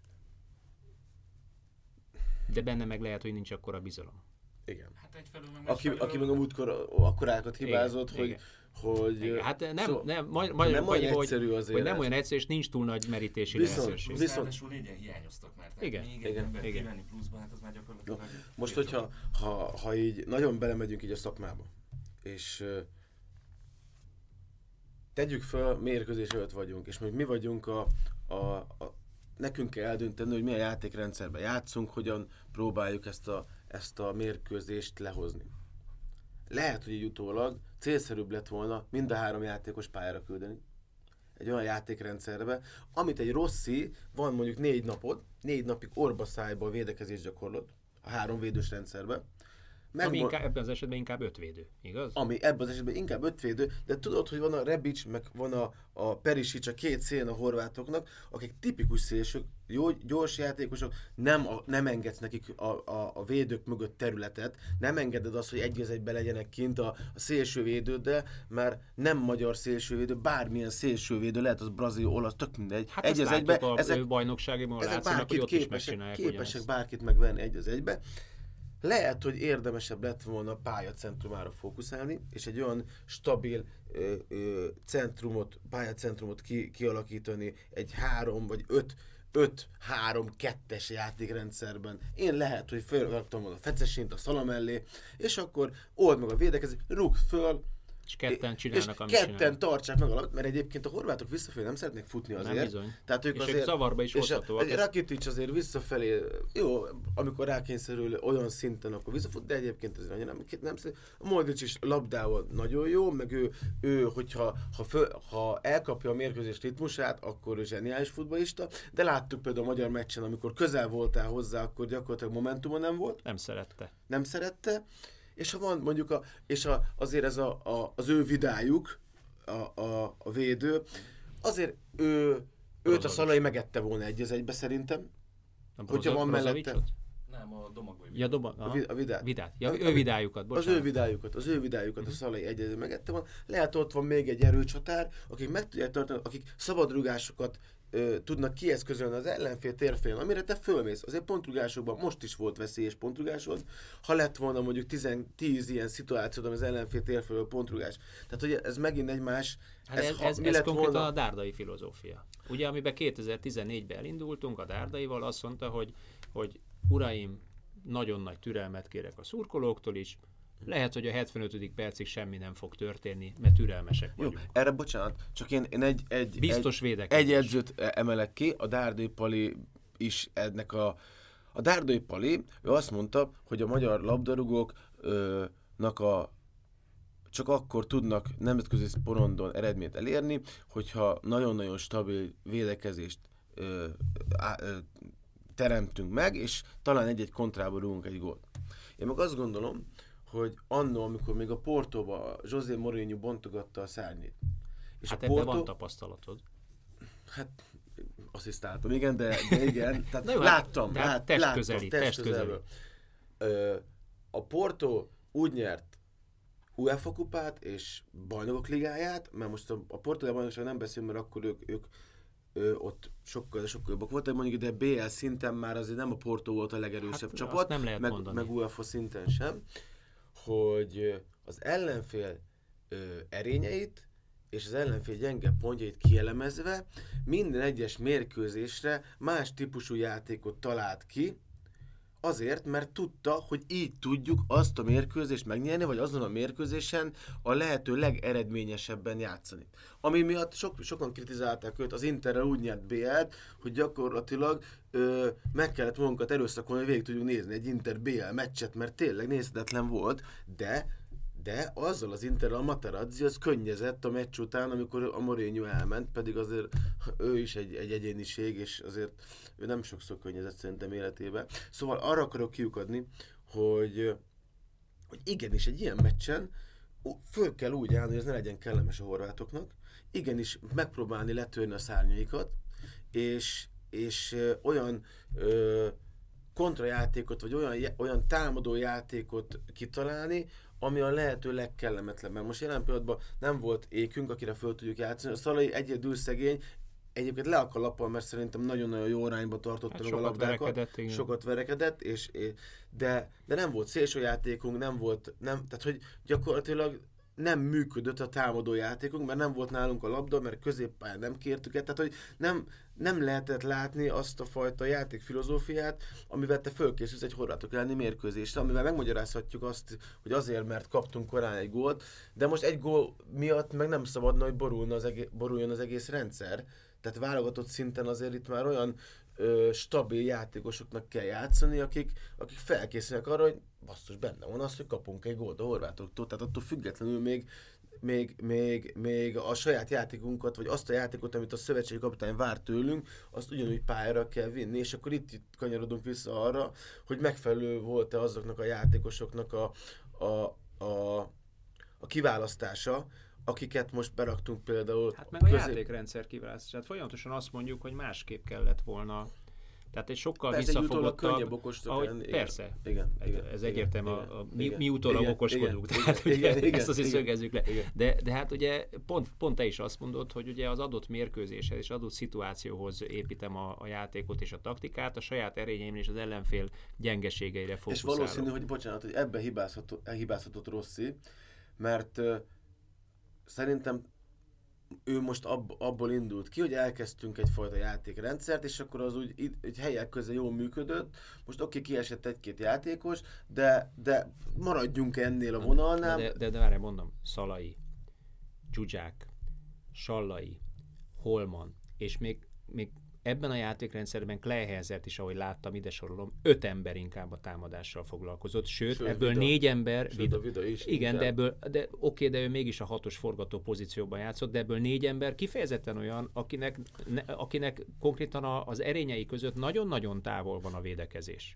De benne meg lehet, hogy nincs akkora bizalom. Igen. Hát egyfelől aki meg a múltkor akkorákat hibázott, igen, hogy hát nem olyan egyszerű azért. Hogy nem olyan egyszerű, és nincs túl nagy merítési lehetőség. Viszont négyen hiányoztak már. Igen. Még egy ember kivenni pluszba, hát az már gyakorlatilag... Most, hogyha így nagyon belemegyünk így a szakmába, és tegyük föl, mérkőzés előtt vagyunk, és még mi vagyunk nekünk kell eldönteni, hogy milyen játékrendszerben játszunk, hogyan próbáljuk ezt a mérkőzést lehozni. Lehet, hogy így utólag célszerűbb lett volna mind a 3 játékos pályára küldeni. Egy olyan játékrendszerbe, amit egy Rossi van mondjuk 4 napig orba-szájba védekezés gyakorlott, a 3 védős rendszerben. Ami ebben az esetben inkább 5 védő, igaz? Ami ebben az esetben inkább 5 védő, de tudod, hogy van a Rebic, meg van a Perisic, a 2 szélén a horvátoknak, akik tipikus szélsők, jó, gyors játékosok, nem engedsz nekik a védők mögött területet, nem engeded azt, hogy 1-1-ben legyenek kint a szélsővédőddel, mert nem magyar szélsővédő, bármilyen szélsővédő, lehet az brazil, olasz, tök mindegy. Hát ezt látjuk a bajnokságban, látszanak, hogy ott is megcsinálják. Képesek bárkit megvenni 1-1-be. Lehet, hogy érdemesebb lett volna a pályacentrumára fókuszálni, és egy olyan stabil pályacentrumot kialakítani egy 3 vagy 5-3-2-es játékrendszerben. Én lehet, hogy felraktam volna a Fecesint a Szala mellé, és akkor old meg a védekezést, rúgd föl, és ketten csinálnak, amit ketten csinálnak. Tartsák meg a labdát, mert egyébként a horvátok visszafelé nem szeretnék futni azért. Nem bizony. Tehát ők és azért, zavarba is hozhatóak. Rakitic azért visszafelé, jó, amikor rákényszerül olyan szinten, akkor visszafut, de egyébként azért annyira nem a Modric is labdával nagyon jó, meg ő hogyha elkapja a mérkőzés ritmusát, akkor ő zseniális futballista, de láttuk például a magyar meccsen, amikor közel voltál hozzá, akkor gyakorlatilag momentuma nem volt. Nem szerette. És ha van mondjuk azért ez az ő vidájuk, a védő, azért őt a Szalai megette volna 1-1-be szerintem. Hogyha van mellette. Nem, a Domagoj. Ja, a Vidát. Ja, ő vidájukat, bocsánat. Az ő vidájukat a Szalai 1-1-be megette volna. Lehet ott van még egy erőcsatár, akik meg tudják tartani, akik szabadrúgásokat tudnak kieszközölni az ellenfél térfélén, amire te fölmész. Azért pontrugásokban most is volt veszélyes pontrugásod, ha lett volna mondjuk 10 ilyen szituációd, ami az ellenfél térfélől pontrugás. Tehát, hogy ez megint egy más... Hát ez konkrétan volna... a dárdai filozófia. Ugye, amiben 2014-ben elindultunk a dárdaival, azt mondta, hogy uraim, nagyon nagy türelmet kérek a szurkolóktól is, lehet, hogy a 75. percig semmi nem fog történni, mert türelmesek vagyunk. Jó, erre bocsánat, csak én egy edzőt emelek ki, a Dárdai Pali is ennek a Dárdai Pali, ő azt mondta, hogy a magyar labdarúgóknak csak akkor tudnak nemzetközi porondon eredményt elérni, hogyha nagyon-nagyon stabil védekezést teremtünk meg, és talán egy-egy kontrába rúgunk egy gólt. Én meg azt gondolom, hogy annó, amikor még a Portóba José Mourinho bontogatta a szárnyét. És hát a Porto... ebben van tapasztalatod. Hát asszisztáltam, igen, de igen. Tehát jó, láttam testközelből. A Porto úgy nyert UEFA kupát és Bajnokok ligáját, mert most a portugál bajnokság nem beszélünk, mert akkor ők ott sokkal jobbak voltak, mondjuk, de BL szinten már azért nem a Porto volt a legerősebb csapat, nem lehet meg UEFA szinten sem, hogy az ellenfél erényeit és az ellenfél gyenge pontjait kielemezve minden egyes mérkőzésre más típusú játékot talált ki, azért, mert tudta, hogy így tudjuk azt a mérkőzést megnyerni, vagy azon a mérkőzésen a lehető legeredményesebben játszani. Ami miatt sokan kritizálták őt, az Interrel úgy nyert BL-t, hogy gyakorlatilag meg kellett magunkat erőszakolni, hogy végig tudjuk nézni egy Inter BL meccset, mert tényleg nézhetetlen volt, de azzal az Interrel a Materazzi az könnyezett a meccs után, amikor a Mourinho elment, pedig azért ő is egy egyéniség, és azért ő nem sokszor könnyezett szerintem életében. Szóval arra akarok kiukadni, hogy igenis egy ilyen meccsen föl kell úgy állni, hogy ez ne legyen kellemes a horvátoknak, igenis megpróbálni letörni a szárnyaikat, és olyan kontrajátékot, vagy olyan támadó játékot kitalálni, ami a lehető legkellemetlenebb. Most jelen pillanatban nem volt ékünk, akire föl tudjuk játszani. A Szalai egyedül szegény, egyébként le a kalappal, mert szerintem nagyon-nagyon jó arányba tartotta meg a labdákat. Sokat verekedett, de nem volt szélsőjátékunk, tehát hogy gyakorlatilag nem működött a támadó játékunk, mert nem volt nálunk a labda, mert középpályán nem kértük el, tehát hogy nem lehetett látni azt a fajta játékfilozófiát, amivel te fölkészülsz egy horvátok elleni mérkőzésre, amivel megmagyarázhatjuk azt, hogy azért, mert kaptunk korán egy gólt, de most egy gól miatt meg nem szabadna, hogy boruljon az egész rendszer. Tehát válogatott szinten azért itt már olyan stabil játékosoknak kell játszani, akik felkészülnek arra, hogy basszus, benne van az, hogy kapunk egy gólt a horvátoktól, tehát attól függetlenül még a saját játékunkat, vagy azt a játékot, amit a szövetségi kapitány vár tőlünk, azt ugyanúgy pályára kell vinni, és akkor itt kanyarodunk vissza arra, hogy megfelelő volt-e azoknak a játékosoknak a kiválasztása, akiket most beraktunk például... Hát meg a játékrendszer kiválasztása. Hát folyamatosan azt mondjuk, hogy másképp kellett volna. Tehát egy sokkal visszafogottabb... Persze. Igen. Ez egyértelmű. Mi utólag okoskodunk. Tehát ezt azért szögezzük le. De hát ugye pont te is azt mondod, hogy ugye az adott mérkőzéshez és adott szituációhoz építem a játékot és a taktikát, a saját erényeimre és az ellenfél gyengeségeire fókuszálok. És valószínű, hogy bocsánat, hogy ebbe hibázhatott Rossi, mert szerintem ő most abból indult ki, hogy elkezdtünk egyfajta játékrendszert, és akkor az úgy egy helyek közben jól működött. Most kiesett egy-két játékos, de maradjunk ennél a vonalnál. De várj, mondom, Szalai, Dzsuzsák, Sallai, Holman, és még ebben a játékrendszerben Kleinherzert is, ahogy láttam, ide sorolom, 5 ember inkább a támadással foglalkozott, sőt ebből 4 ember... Vida is. Igen, de ő mégis a 6-os forgató pozícióban játszott, de ebből 4 ember kifejezetten olyan, akinek konkrétan az erényei között nagyon-nagyon távol van a védekezés.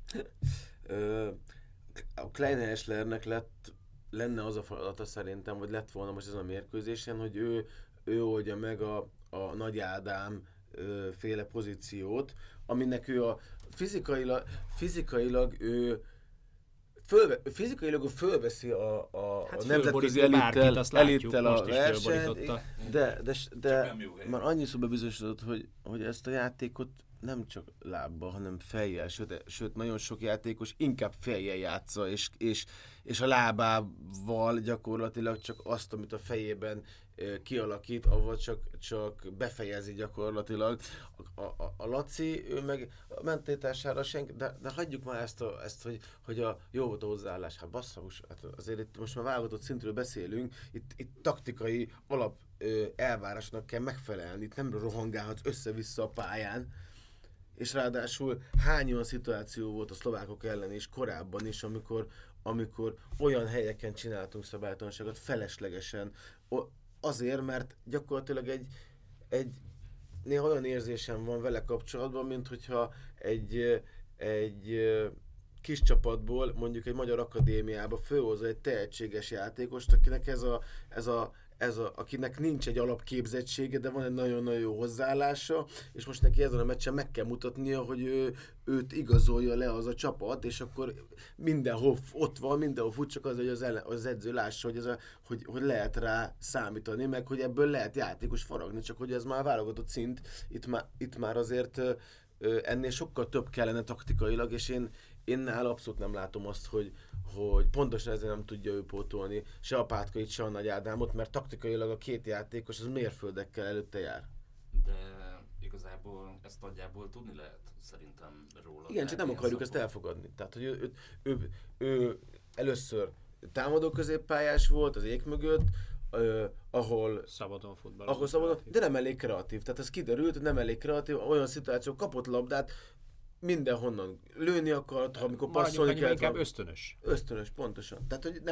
A Kleinherzernek lenne az a feladata szerintem, vagy lett volna most ezen a mérkőzésen, hogy ő oldja meg a Nagy Ádám féle pozíciót, aminek ő fizikailag ő fizikailag fölveszi a nemzetközi fölborítja bárkit, azt látjuk, elittel a most is versenyt, fölborította. de már annyiszor bebizonyosodott, hogy ezt a játékot nem csak lábbal, hanem fejjel, sőt nagyon sok játékos inkább fejjel játsza, és a lábával gyakorlatilag csak azt, amit a fejében kialakít, ahol csak befejezi gyakorlatilag. A Laci, ő meg a mentalitására senki, de hagyjuk már ezt hogy a jó volt a hozzáállás. Hát basszus, hát azért itt most már válogatott szintről beszélünk, itt taktikai alap elvárásnak kell megfelelni, itt nem rohangálhatsz össze-vissza a pályán, és ráadásul hány olyan szituáció volt a szlovákok ellen is korábban is, amikor olyan helyeken csináltunk szabálytalanságot feleslegesen, azért, mert gyakorlatilag egy néha olyan érzésem van vele kapcsolatban, mint hogyha egy kis csapatból mondjuk egy magyar akadémiába fölhozza egy tehetséges játékost, akinek akinek nincs egy alapképzettsége, de van egy nagyon-nagyon jó hozzáállása, és most neki ezen a meccsen meg kell mutatnia, hogy őt igazolja le az a csapat, és akkor mindenhol ott van, mindenhol fut, csak az, hogy az edző lássa, hogy lehet rá számítani, meg hogy ebből lehet játékos faragni, csak hogy ez már válogatott szint, itt már azért ennél sokkal több kellene taktikailag, és én nála abszolút nem látom azt, hogy pontosan ezzel nem tudja ő pótolni se a Pátkait, se a Nagy Ádámot, mert taktikailag a két játékos az mérföldekkel előtte jár. De igazából ezt nagyjából tudni lehet szerintem róla. Igen, csak nem akarjuk ezt elfogadni. Tehát, hogy ő először támadó középpályás volt az ék mögött, ahol szabadon futball. De nem elég kreatív. Tehát ez kiderült, hogy nem elég kreatív, olyan szituáció, kapott labdát, mindenhonnan lőni akart, amikor passzolni kellett. Inkább ösztönös. Ösztönös, pontosan. Tehát, hogy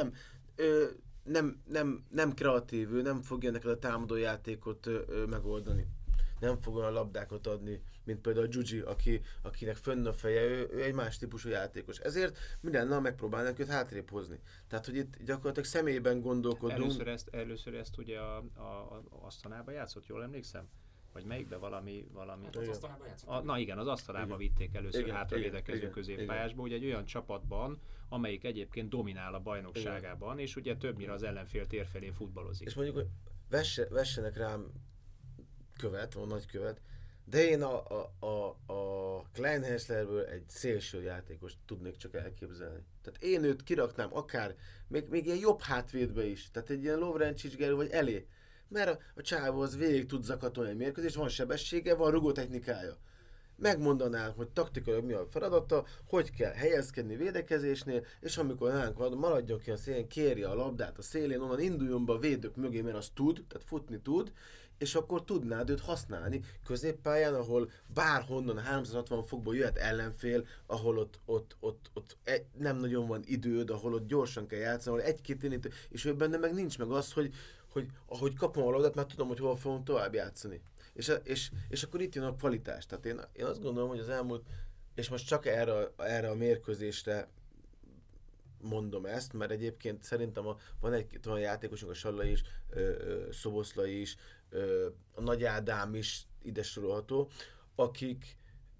nem kreatív, ő nem fogja neked a támadó játékot megoldani. Nem fog olyan labdákat adni, mint például a Gyugyi, akinek fönn a feje, ő egy más típusú játékos. Ezért mindennel megpróbálnak őt hátrébb hozni. Tehát, hogy itt gyakorlatilag személyben gondolkodunk. Először ezt ugye a Asztanába játszott, jól emlékszem? Vagy melyikben valami... Hát az Asztanába játszott. Na igen, az Asztanába vitték először hátravédekező középpályásba, ugye egy olyan csapatban, amelyik egyébként dominál a bajnokságában, és ugye többnyire az ellenfél tér felé futballozik. És mondjuk, hogy vessenek rám nagy követ, de én a Kleinhässlerből egy szélső játékost tudnék csak elképzelni. Tehát én őt kiraknám akár, még ilyen jobb hátvédbe is, tehát egy ilyen Lovrencsics Gerő vagy elé, mert a csávó az végig tud zakatolni egy mérkőzést, van sebessége, van rugótechnikája. Megmondanál, hogy taktikailag mi a feladata, hogy kell helyezkedni védekezésnél, és amikor nálunk van, maradjon ki a szélén, kérje a labdát a szélén, onnan induljon be a védők mögé, mert az tud, tehát futni tud, és akkor tudnád őt használni középpályán, ahol bárhonnan 360 fokból jöhet ellenfél, ahol ott nem nagyon van időd, ahol ott gyorsan kell játszani, ahol egy-két indítő, és ő benne meg nincs meg az, hogy ahogy kapom a labdát, már tudom, hogy hol fogom tovább játszani. És akkor itt jön a kvalitás. Tehát én azt gondolom, hogy az elmúlt, és most csak erre a mérkőzésre mondom ezt, mert egyébként szerintem van egy olyan játékosunk, a Sallai is, Szoboszlai is, a Nagy Ádám is ide sorolható, akik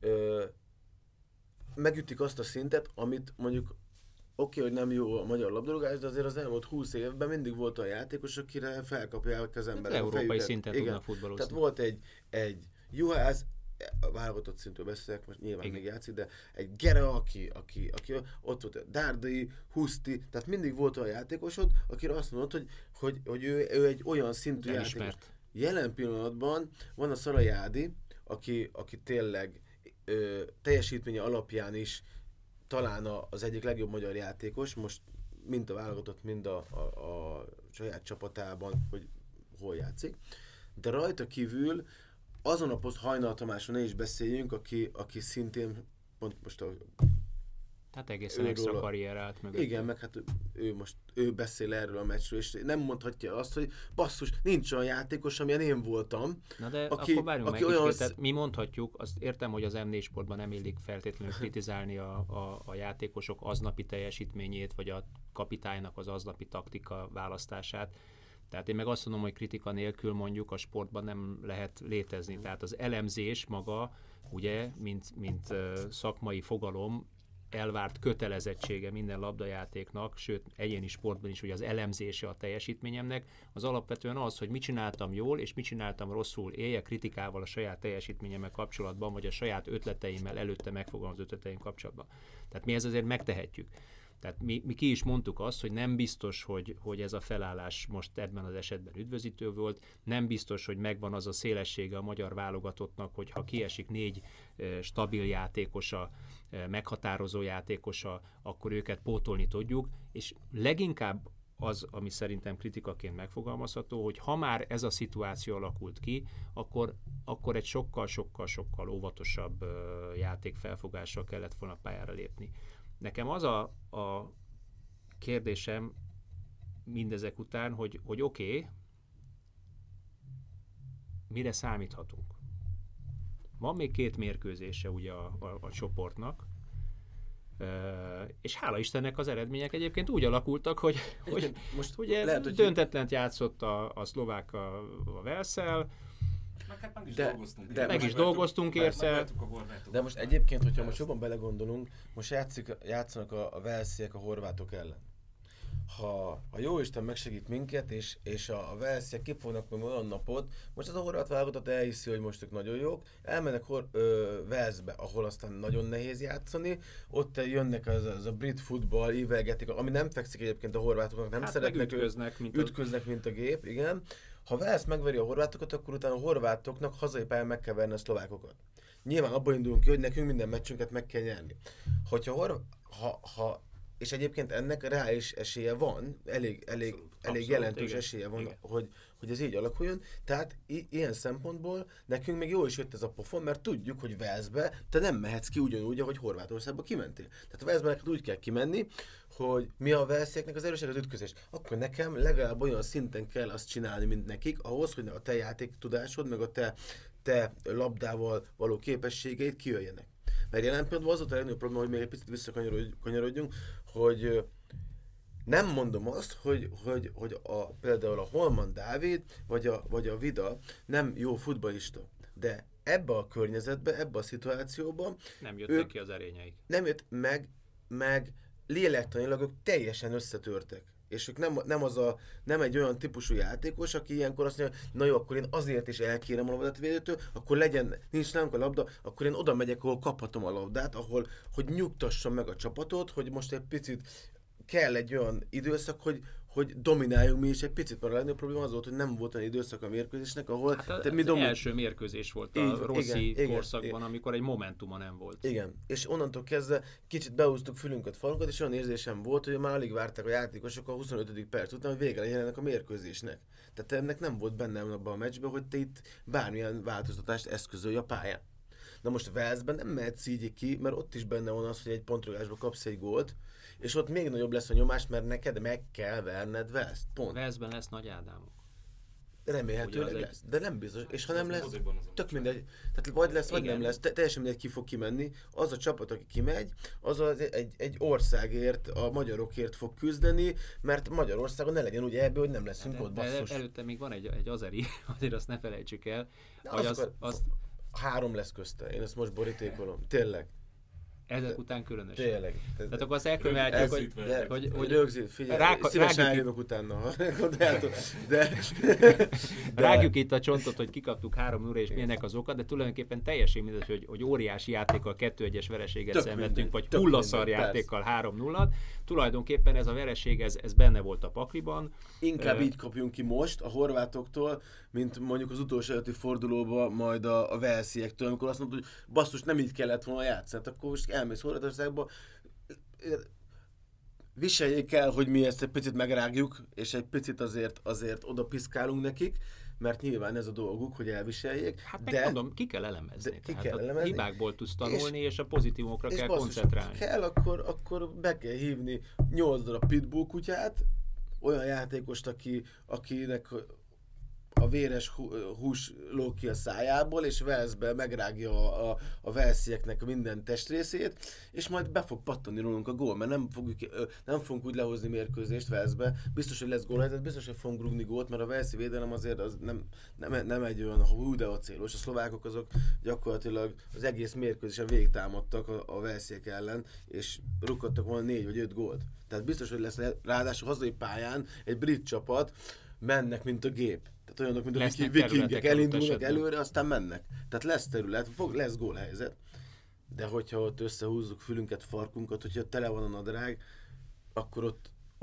megütik azt a szintet, amit mondjuk oké, hogy nem jó a magyar labdarúgás, de azért az elmúlt 20 évben mindig volt olyan játékos, akire felkapják az emberek a fejüket. Európai szinten tudnak futballozni. Tehát volt egy Juhász, válogatott szintől beszélek, most nyilván még játszik, de egy Gera, aki ott volt, Dárdai, Huszti, tehát mindig volt olyan játékosod, akire azt mondod, hogy ő egy olyan szintű játékos. Jelen pillanatban van a Szarai Ádi, aki tényleg teljesítménye alapján is talán az egyik legjobb magyar játékos, most mind a válogatott, mind a saját csapatában, hogy hol játszik. De rajta kívül azon a Hajnal Tamásról ne is beszéljünk, aki szintén pont most tehát egészen extra karrier állt mögött. Igen, meg hát ő beszél erről a meccsről, és nem mondhatja azt, hogy basszus, nincs olyan játékos, amilyen én voltam. Na de akkor várjunk meg olyan... tehát mi mondhatjuk, azt értem, hogy az M4 Sportban nem illik feltétlenül kritizálni a játékosok aznapi teljesítményét, vagy a kapitánynak az aznapi taktika választását. Tehát én meg azt mondom, hogy kritika nélkül mondjuk a sportban nem lehet létezni. Tehát az elemzés maga, ugye, mint szakmai fogalom, elvárt kötelezettsége minden labdajátéknak, sőt egyéni sportban is, hogy az elemzése a teljesítményemnek, az alapvetően az, hogy mit csináltam jól, és mit csináltam rosszul, éljek kritikával a saját teljesítményemmel kapcsolatban, vagy a saját ötleteimmel, előtte megfogalmazott ötleteim kapcsolatban. Tehát mi ezt azért megtehetjük. Tehát mi ki is mondtuk azt, hogy nem biztos, hogy ez a felállás most ebben az esetben üdvözítő volt, nem biztos, hogy megvan az a szélessége a magyar válogatottnak, hogy ha kiesik 4 stabil játékosa, meghatározó játékosa, akkor őket pótolni tudjuk, és leginkább az, ami szerintem kritikaként megfogalmazható, hogy ha már ez a szituáció alakult ki, akkor egy sokkal óvatosabb játékfelfogással kellett volna pályára lépni. Nekem az a kérdésem mindezek után, hogy oké, mire számíthatunk? Van még 2 mérkőzése ugye a csoportnak, és hála Istennek az eredmények egyébként úgy alakultak, hogy most ugye lehet, hogy döntetlent játszott a szlovák a Walesszel, meg is dolgoztunk érte. De most egyébként, hogyha most jobban belegondolunk, most játszanak a walesiek a horvátok ellen. Ha Jóisten megsegít minket, és a walesiek kifognak meg olyan napot, most az a horvát válogatott elhiszi, hogy most ők nagyon jók, elmennek Walesbe, ahol aztán nagyon nehéz játszani, ott jönnek az a brit futball, ívelgetik, ami nem fekszik egyébként a horvátoknak, nem szeretnek, ütköznek, mint a gép, igen. Ha Wales megveri a horvátokat, akkor utána a horvátoknak hazai pályán meg kell verni a szlovákokat. Nyilván abból indulunk ki, hogy nekünk minden meccsünket meg kell nyerni. És egyébként ennek reális esélye van, elég jelentős esélye van, hogy ez így alakuljon. Tehát ilyen szempontból nekünk még jól is jött ez a pofon, mert tudjuk, hogy Walesbe te nem mehetsz ki ugyanúgy, ahogy Horvátországba kimentél. Tehát a Walesbe neked úgy kell kimenni, hogy mi a walesieknek az erőség az ütközés. Akkor nekem legalább olyan szinten kell azt csinálni, mint nekik, ahhoz, hogy a te játéktudásod, meg a te labdával való képességeid kijöjjenek. Mert jelen pillanatban az volt a legnagyobb probléma, hogy még egy picit visszakanyarodjunk, hogy nem mondom azt, hogy például a Holman Dávid vagy a Vida nem jó futballista, de ebbe a környezetbe, ebbe a szituációban nem jöttek ki az erényeik. Nem jött meg lélektanilag ők teljesen összetörtek. És ők nem egy olyan típusú játékos, aki ilyenkor azt mondja, na jó, akkor én azért is elkérem a labdát védőtől, akkor nincs nálunk a labda, akkor én oda megyek, ahol kaphatom a labdát, hogy nyugtassam meg a csapatot, hogy most egy picit kell egy olyan időszak, hogy domináljunk mi is egy picit, mert a legnagyobb probléma az volt, hogy nem volt olyan időszak a mérkőzésnek, ahol... Az első mérkőzés volt a Rossi korszakban, igen, amikor egy momentuma nem volt. Igen, és onnantól kezdve kicsit beúztuk fülünket, falunkat, és olyan érzésem volt, hogy már alig várták a játékosok a 25. perc után, hogy vége legyen ennek a mérkőzésnek. Tehát ennek nem volt bennem abban a meccsben, hogy te itt bármilyen változtatást eszközölj a pályán. Na most Walesben nem mehetsz így ki, mert ott is benne van az, hogy egy pontrugásba kapsz egy gólt, és ott még nagyobb lesz a nyomás, mert neked meg kell verned Walest. Pont. Walesben lesz Nagy Ádámok. Remélhetőleg lesz, de nem biztos. És ha nem lesz, tök mindegy. Tehát vagy lesz, vagy nem lesz. Teljesen mindegy, ki fog kimenni. Az a csapat, aki kimegy, az egy országért, a magyarokért fog küzdeni, mert Magyarországon ne legyen ugye ebből, hogy nem leszünk ott, basszus. De előtte még van egy azeri, azért azt ne felejtsük el. Hogy 3 lesz közte. Én ezt most borítékolom. Tényleg. Ezek után különösen. Tényleg. Tehát akkor azt elkövetjük, hogy rögzít, figyelj, szívesen eljövök utána. Rágjuk itt a csontot, hogy kikaptuk 3-0-ra, és milyenek az oka, de tulajdonképpen teljesen mindegy, hogy óriási játékkal 2-1-es vereséget szenvedtünk, vagy hullaszar játékkal 3-0-at. Tulajdonképpen ez a vereség, ez benne volt a pakliban. Inkább így kapjunk ki most a horvátoktól, mint mondjuk az utolsó előtti fordulóban, majd a walesiektől, amikor azt mondta, hogy basszus, nem így kellett volna játszani, akkor most elmész Horvátországba, viseljék el, hogy mi ezt egy picit megrágjuk, és egy picit azért oda piszkálunk nekik, mert nyilván ez a dolguk, hogy elviseljék. Hát de mondom, ki kell elemezni. A hibákból tudsz tanulni, és a pozitívumokra kell koncentrálni. Kell, akkor be kell hívni 8 darab pitbull kutyát, olyan játékost, akinek a véres hús lóg ki a szájából, és Walesbe megrágja a walesieknek minden testrészét, és majd be fog pattani rólunk a gól, mert nem fogunk úgy lehozni mérkőzést Walesbe. Biztos, hogy lesz gólhelyzet, biztos, hogy fogunk rúgni gólt, mert a walesi védelem azért az nem egy olyan hú de acélos. A szlovákok azok gyakorlatilag az egész mérkőzésen végig támadtak a walesiek ellen, és rúghattak volna 4 vagy 5 gólt. Tehát biztos, hogy lesz, ráadásul hazai pályán egy brit csapat mennek, mint a gép. Tehát olyanok, mint a vikingek, elindulnak előre, aztán mennek. Tehát lesz terület, lesz gólhelyzet. De hogyha ott összehúzzuk fülünket, farkunkat, hogyha tele van a nadrág, akkor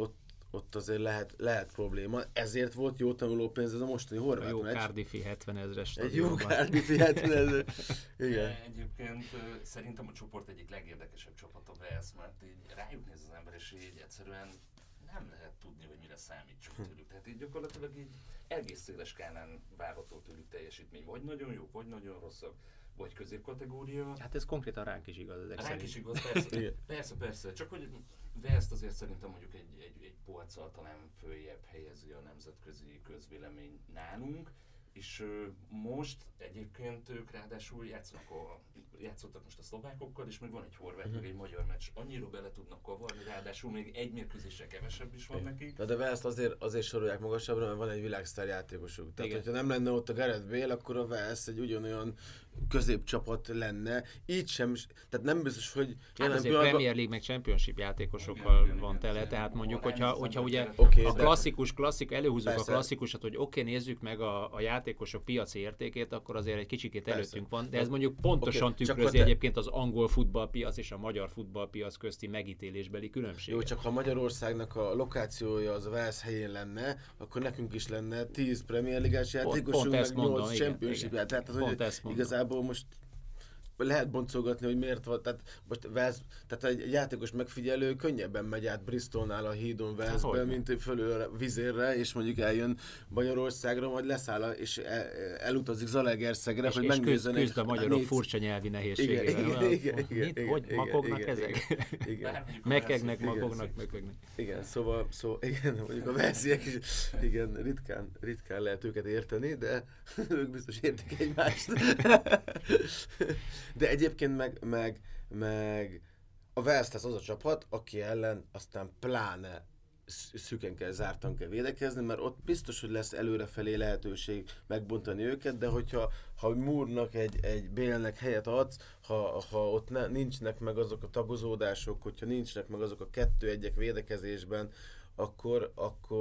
ott azért lehet probléma. Ezért volt jó tanulópénz ez a mostani horvát jó meccs. Cardiffi 70 000-es Egy jó Cardiffi 70 000. Igen. Egyébként szerintem a csoport egyik legérdekesebb csapat a Wales, mert így rájuk néz az ember, és így egyszerűen nem lehet tudni, hogy mire számítsunk tőlük. Tehát így gyakorlatilag így egész széles skálán várható tőlük teljesítmény. Vagy nagyon jók, vagy nagyon rosszak, vagy középkategória. Hát ez konkrétan ránk is igaz ezek Ránk szerint. is igaz, persze. Csak hogy Wales-t azért szerintem mondjuk egy polccal talán följebb helyezi a nemzetközi közvélemény nálunk, és most egyébként ők ráadásul játszottak most a szlovákokkal, és még van egy horvát, meg egy magyar meccs. Annyira bele tudnak kavarni, ráadásul még egy mérkőzésre kevesebb is van nekik. De Wales-t azért sorolják magasabbra, mert van egy világsztár játékosuk. Tehát, hogyha nem lenne ott a Gareth Bale, akkor a Wales egy ugyanolyan középcsapat lenne. Így sem, tehát nem biztos, hogy... Hát azért Premier League meg Championship játékosokkal van tele, tehát mondjuk, hogyha ugye a klasszikus, előhúzzuk a klasszikusat, hogy nézzük meg a játékosok piaci értékét, akkor azért egy kicsikét előttünk van, de ez mondjuk pontosan tükrözi egyébként az angol futballpiac és a magyar futballpiac közti megítélésbeli különbséget. Jó, csak ha Magyarországnak a lokációja az a Wales helyén lenne, akkor nekünk is lenne 10 Premier Ligás játékosunk, meg 8 Championship játékosunk. Tehát, hogy igazából most lehet boncolgatni, hogy miért van, tehát most tehát egy játékos megfigyelő könnyebben megy át Bristolnál a hídon Walesbe, mint fölül a vizérre, és mondjuk eljön Magyarországra, majd leszáll és elutazik Zalaegerszegre, hogy megnézzenek. És küzd a magyarok furcsa nyelvi nehézségével. Igen. Hogy makognak ezek? Mekegnek, makognak, mökögnek. Igen, szóval igen, mondjuk a walesiek is, igen, ritkán lehet őket érteni, de ők biztos értik egymást. De egyébként meg a Wales az a csapat, aki ellen aztán pláne szűken kell, zártan kell védekezni, mert ott biztos, hogy lesz előrefelé lehetőség megbontani őket, de ha Moore-nak egy Bale-nek helyet adsz, ha ott nincsenek meg azok a tagozódások, hogyha nincsenek meg azok a 2-1-ek védekezésben, akkor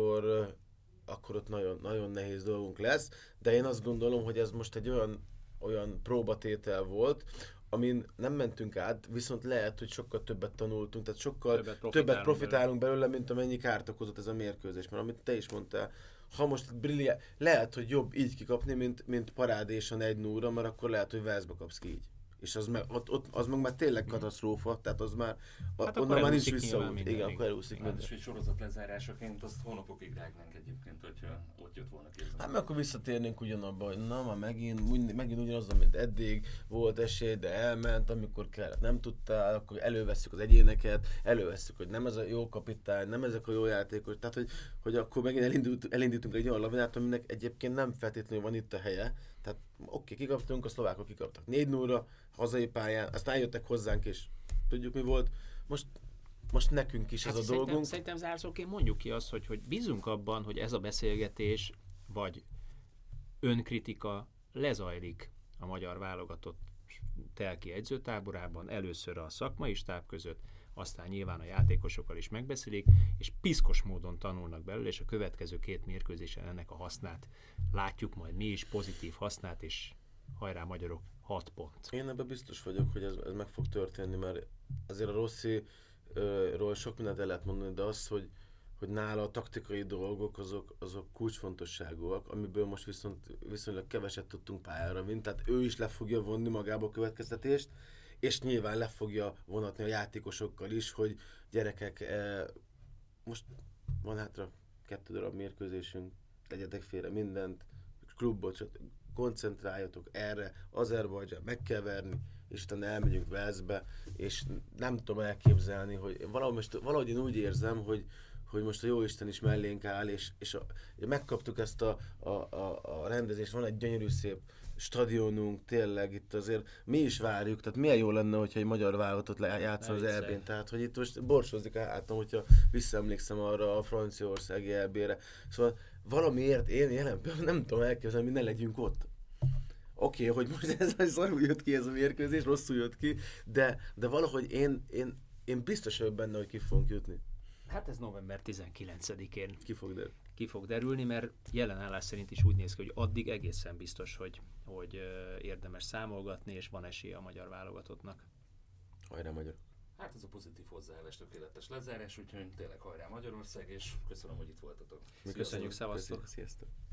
ott nagyon, nagyon nehéz dolgunk lesz, de én azt gondolom, hogy ez most egy olyan próbatétel volt, amin nem mentünk át, viszont lehet, hogy sokkal többet tanultunk, tehát sokkal többet profitálunk belőle, mint amennyi kárt okozott ez a mérkőzés. Mert amit te is mondtál, ha most lehet, hogy jobb így kikapni, mint parádésan 1-0-ra, mert akkor lehet, hogy Walesbe kapsz ki így. És az meg már tényleg katasztrófa, tehát az már, onnan már nincs vissza. Igen, akkor elúszik. És egy sorozat lezárásaként azt hónapokig rágnánk egyébként, hogyha ott jött volna kézzel. Hát meg akkor visszatérnénk ugyanabba, hogy na már megint ugyanaz, amit eddig volt esély, de elment, amikor kellett, nem tudtál, akkor elővesszük az egyéneket, elővesszük, hogy nem ez a jó kapitány, nem ezek a jó játékos, tehát hogy akkor megint elindítunk egy olyan lavinát, aminek egyébként nem feltétlenül van itt a helye. Tehát kikaptunk, a szlovákok kikaptak 4-0-ra, hazai pályán, aztán jöttek hozzánk, és tudjuk mi volt. Most nekünk is ez a dolgunk. Szerintem zárszóként mondjuk ki azt, hogy bízunk abban, hogy ez a beszélgetés, vagy önkritika lezajlik a magyar válogatott telki edzőtáborában, először a szakmai stáb között, aztán nyilván a játékosokkal is megbeszélik, és piszkos módon tanulnak belőle, és a következő 2 mérkőzésen ennek a hasznát látjuk majd mi is, pozitív hasznát, és hajrá magyarok, 6 pont. Én ebben biztos vagyok, hogy ez meg fog történni, mert azért a Rossiról sok mindent el lehet mondani, de az, hogy nála a taktikai dolgok azok kulcsfontosságúak, amiből most viszonylag keveset tudtunk pályára vinni, tehát ő is le fogja vonni magába a következtetést, és nyilván le fogja vonatni a játékosokkal is, hogy gyerekek, most van hátra 2 darab mérkőzésünk, tegyetek félre mindent, klubot, koncentráljatok erre, Azerbajdzsán meg kell verni, és utána elmegyünk Walesbe, és nem tudom elképzelni, hogy valahogy én úgy érzem, hogy most a Jóisten is mellénk áll, és megkaptuk ezt a rendezést, van egy gyönyörű szép stadionunk, tényleg itt azért mi is várjuk, tehát milyen jó lenne, hogyha egy magyar válogatott játszol az EB-n, tehát hogy itt most borsózik a hátam, hogyha visszaemlékszem arra a franciaországi EB-re. Szóval valamiért én jelen nem tudom elképzelni, hogy ne legyünk ott. Oké, hogy most ez szarul jött ki ez a mérkőzés, rosszul jött ki, de valahogy én biztos vagyok benne, hogy ki fogunk jutni. Hát ez november 19-én Ki fog derülni, mert jelen állás szerint is úgy néz ki, hogy addig egészen biztos, hogy érdemes számolgatni, és van esélye a magyar válogatottnak. Hajrá magyar! Hát ez a pozitív hozzáállás tökéletes lezárás, úgyhogy tényleg hajrá Magyarország, és köszönöm, hogy itt voltatok. Köszönjük, szevasztok! Sziasztok!